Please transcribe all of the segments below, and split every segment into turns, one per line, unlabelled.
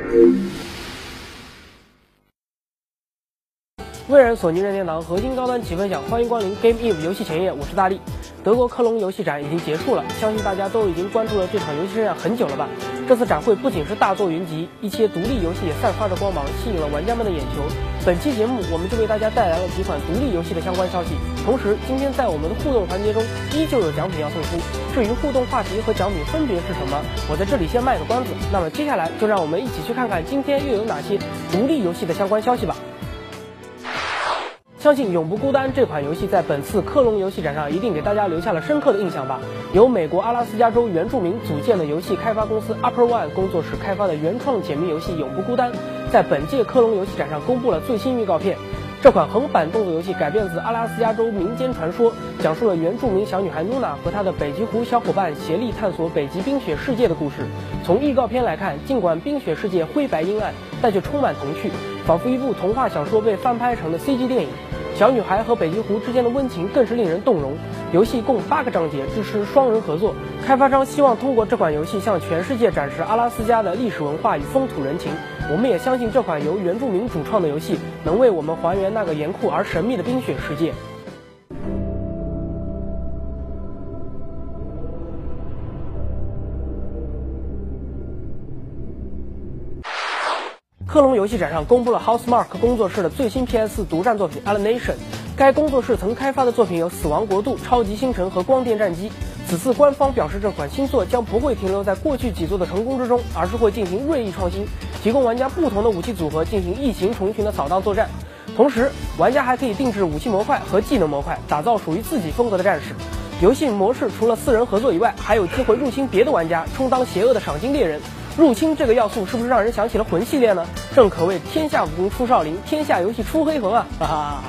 微软索尼任天堂核心高端起分享，欢迎光临 Game Eve 游戏前夜，我是大力。德国科隆游戏展已经结束了，相信大家都已经关注了这场游戏盛宴很久了吧？这次展会不仅是大作云集，一些独立游戏也散发着光芒，吸引了玩家们的眼球。本期节目我们就为大家带来了几款独立游戏的相关消息，同时今天在我们的互动环节中依旧有奖品要送出。至于互动话题和奖品分别是什么，我在这里先卖个关子。那么接下来就让我们一起去看看今天又有哪些独立游戏的相关消息吧。相信《永不孤单》这款游戏在本次科隆游戏展上一定给大家留下了深刻的印象吧。由美国阿拉斯加州原住民组建的游戏开发公司 Upper One 工作室开发的原创解密游戏《永不孤单》，在本届科隆游戏展上公布了最新预告片。这款横版动作游戏改编自阿拉斯加州民间传说，讲述了原住民小女孩露娜和她的北极狐小伙伴协力探索北极冰雪世界的故事。从预告片来看，尽管冰雪世界灰白阴暗，但却充满童趣，仿佛一部童话小说被翻拍成的 CG 电影。小女孩和北极狐之间的温情更是令人动容。游戏共8个章节，支持双人合作。开发商希望通过这款游戏向全世界展示阿拉斯加的历史文化与风土人情。我们也相信这款由原住民主创的游戏能为我们还原那个严酷而神秘的冰雪世界。科隆游戏展上公布了 Housemarque 工作室的最新 PS4 独占作品 Alienation。该工作室曾开发的作品有《死亡国度》、《超级星辰》和《光电战机》。此次官方表示，这款新作将不会停留在过去几作的成功之中，而是会进行锐意创新，提供玩家不同的武器组合进行异形虫群的扫荡作战。同时，玩家还可以定制武器模块和技能模块，打造属于自己风格的战士。游戏模式除了4人合作以外，还有机会入侵别的玩家，充当邪恶的赏金猎人。入侵这个要素是不是让人想起了魂系列呢？正可谓天下武功出少林，天下游戏出黑魂啊！哈哈。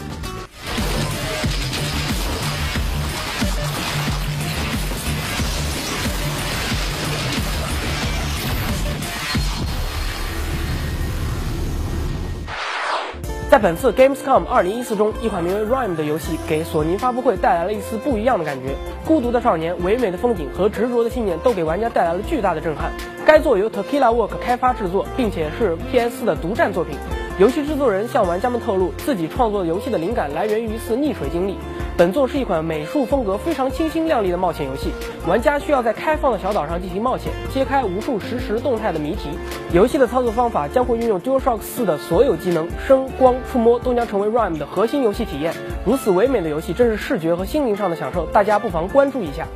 在本次 Gamescom 2014中，一款名为 Rime 的游戏给索尼发布会带来了一丝不一样的感觉。孤独的少年、唯美的风景和执着的信念都给玩家带来了巨大的震撼。该作由 Tequila Works 开发制作，并且是 PS4 的独占作品。游戏制作人向玩家们透露，自己创作游戏的灵感来源于一次溺水经历。本作是一款美术风格非常清新亮丽的冒险游戏，玩家需要在开放的小岛上进行冒险，揭开无数实时动态的谜题。游戏的操作方法将会运用 DualShock 4的所有技能，声、光、触摸都将成为 Rime 的核心游戏体验。如此唯美的游戏，真是视觉和心灵上的享受，大家不妨关注一下。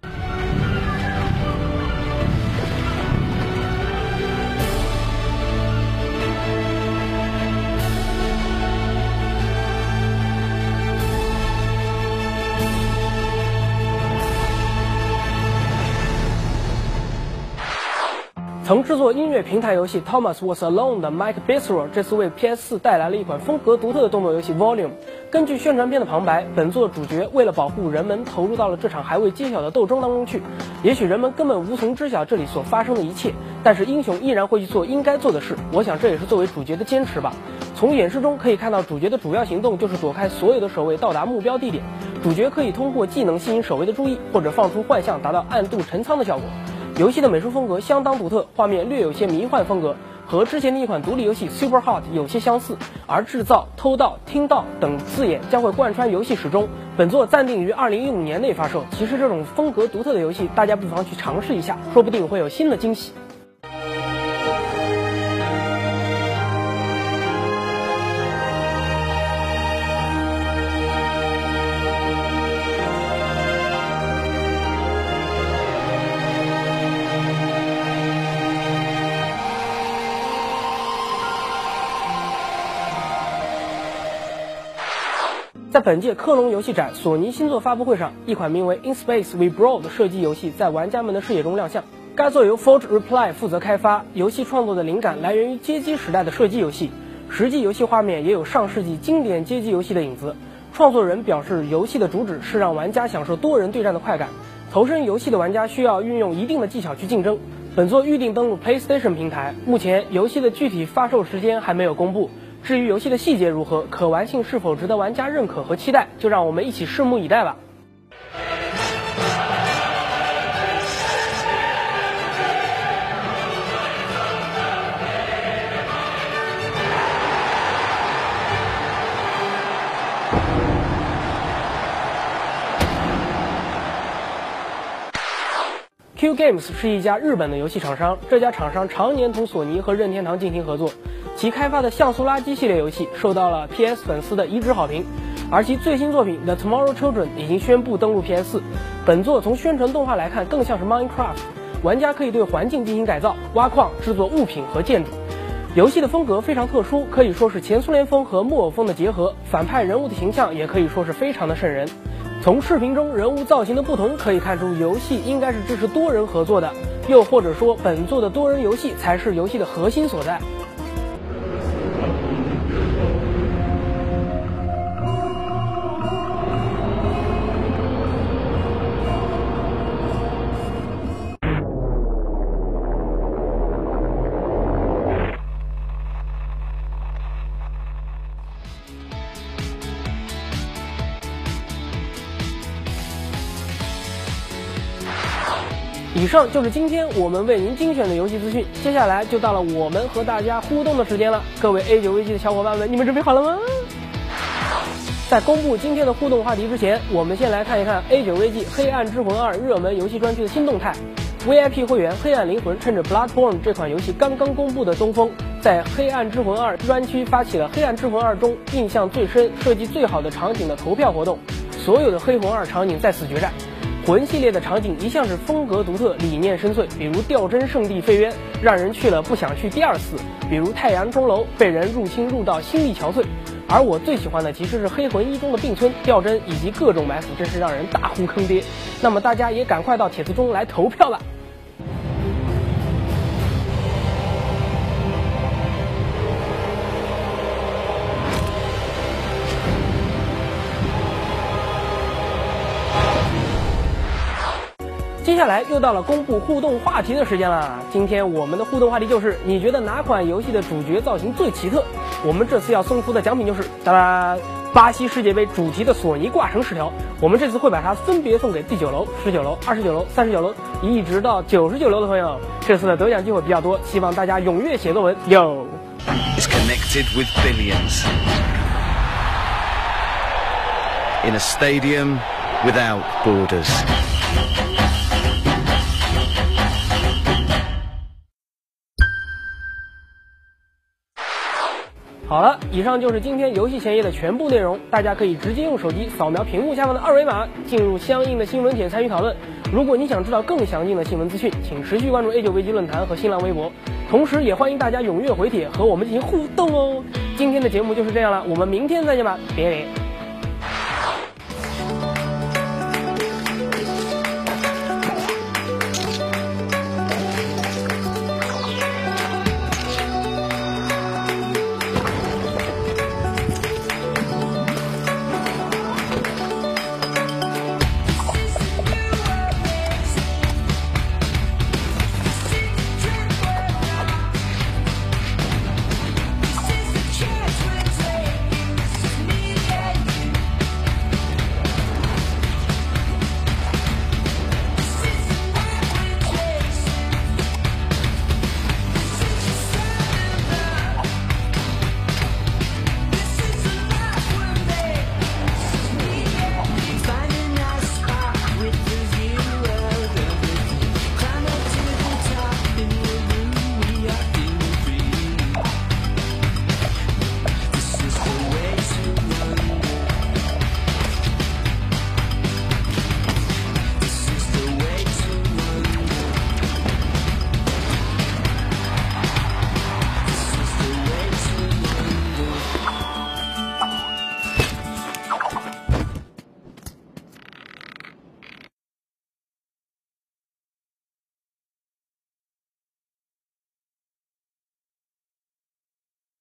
曾制作音乐平台游戏 Thomas Was Alone 的 Mike Bistro 这次为 PS4 带来了一款风格独特的动作游戏 Volume。根据宣传片的旁白，本作主角为了保护人们，投入到了这场还未揭晓的斗争当中去。也许人们根本无从知晓这里所发生的一切，但是英雄依然会去做应该做的事。我想这也是作为主角的坚持吧。从演示中可以看到，主角的主要行动就是躲开所有的守卫，到达目标地点。主角可以通过技能吸引守卫的注意，或者放出幻象，达到暗度陈仓的效果。游戏的美术风格相当独特，画面略有些迷幻风格，和之前的一款独立游戏 Super Hot 有些相似，而制造、偷盗、听到等字眼将会贯穿游戏始终。本作暂定于2015年内发售。其实这种风格独特的游戏，大家不妨去尝试一下，说不定会有新的惊喜。在本届科隆游戏展索尼新作发布会上，一款名为 In Space We Brawl 的射击游戏在玩家们的视野中亮相。该作由 Forge Reply 负责开发，游戏创作的灵感来源于街机时代的射击游戏，实际游戏画面也有上世纪经典街机游戏的影子。创作人表示，游戏的主旨是让玩家享受多人对战的快感，投身游戏的玩家需要运用一定的技巧去竞争。本作预定登陆 PlayStation 平台，目前游戏的具体发售时间还没有公布。至于游戏的细节如何，可玩性是否值得玩家认可和期待，就让我们一起拭目以待吧。 Q Games 是一家日本的游戏厂商，这家厂商常年同索尼和任天堂进行合作，其开发的像素垃圾系列游戏受到了 PS 粉丝的一致好评，而其最新作品 The Tomorrow Children 已经宣布登陆 PS4。本作从宣传动画来看更像是 Minecraft， 玩家可以对环境进行改造、挖矿、制作物品和建筑。游戏的风格非常特殊，可以说是前苏联风和木偶风的结合，反派人物的形象也可以说是非常的瘆人。从视频中人物造型的不同可以看出，游戏应该是支持多人合作的，又或者说本作的多人游戏才是游戏的核心所在。以上就是今天我们为您精选的游戏资讯，接下来就到了我们和大家互动的时间了。各位 A9VG 的小伙伴们，你们准备好了吗？在公布今天的互动话题之前，我们先来看一看 A9VG 黑暗之魂2热门游戏专区的新动态。VIP 会员黑暗灵魂趁着 Bloodborne 这款游戏刚刚公布的东风，在黑暗之魂2专区发起了黑暗之魂2中印象最深、设计最好的场景的投票活动，所有的黑魂2场景在此决战。魂系列的场景一向是风格独特、理念深邃，比如吊针圣地废渊，让人去了不想去第二次；比如太阳钟楼，被人入侵入到心力憔悴。而我最喜欢的其实是黑魂1中的并村、吊针以及各种埋伏，真是让人大呼坑爹。那么大家也赶快到帖子中来投票吧。接下来又到了公布互动话题的时间啦！今天我们的互动话题就是：你觉得哪款游戏的主角造型最奇特？我们这次要送出的奖品就是哒啦，巴西世界杯主题的索尼挂绳10条。我们这次会把它分别送给第9楼、19楼、29楼、39楼，一直到99楼的朋友。这次的得奖机会比较多，希望大家踊跃写作文。Yo
is connected with billions in a stadium without borders.
好了，以上就是今天游戏前夜的全部内容。大家可以直接用手机扫描屏幕下方的二维码，进入相应的新闻帖参与讨论。如果你想知道更详尽的新闻资讯，请持续关注 A9VG 论坛和新浪微博，同时也欢迎大家踊跃回帖和我们进行互动哦。今天的节目就是这样了，我们明天再见吧，别离。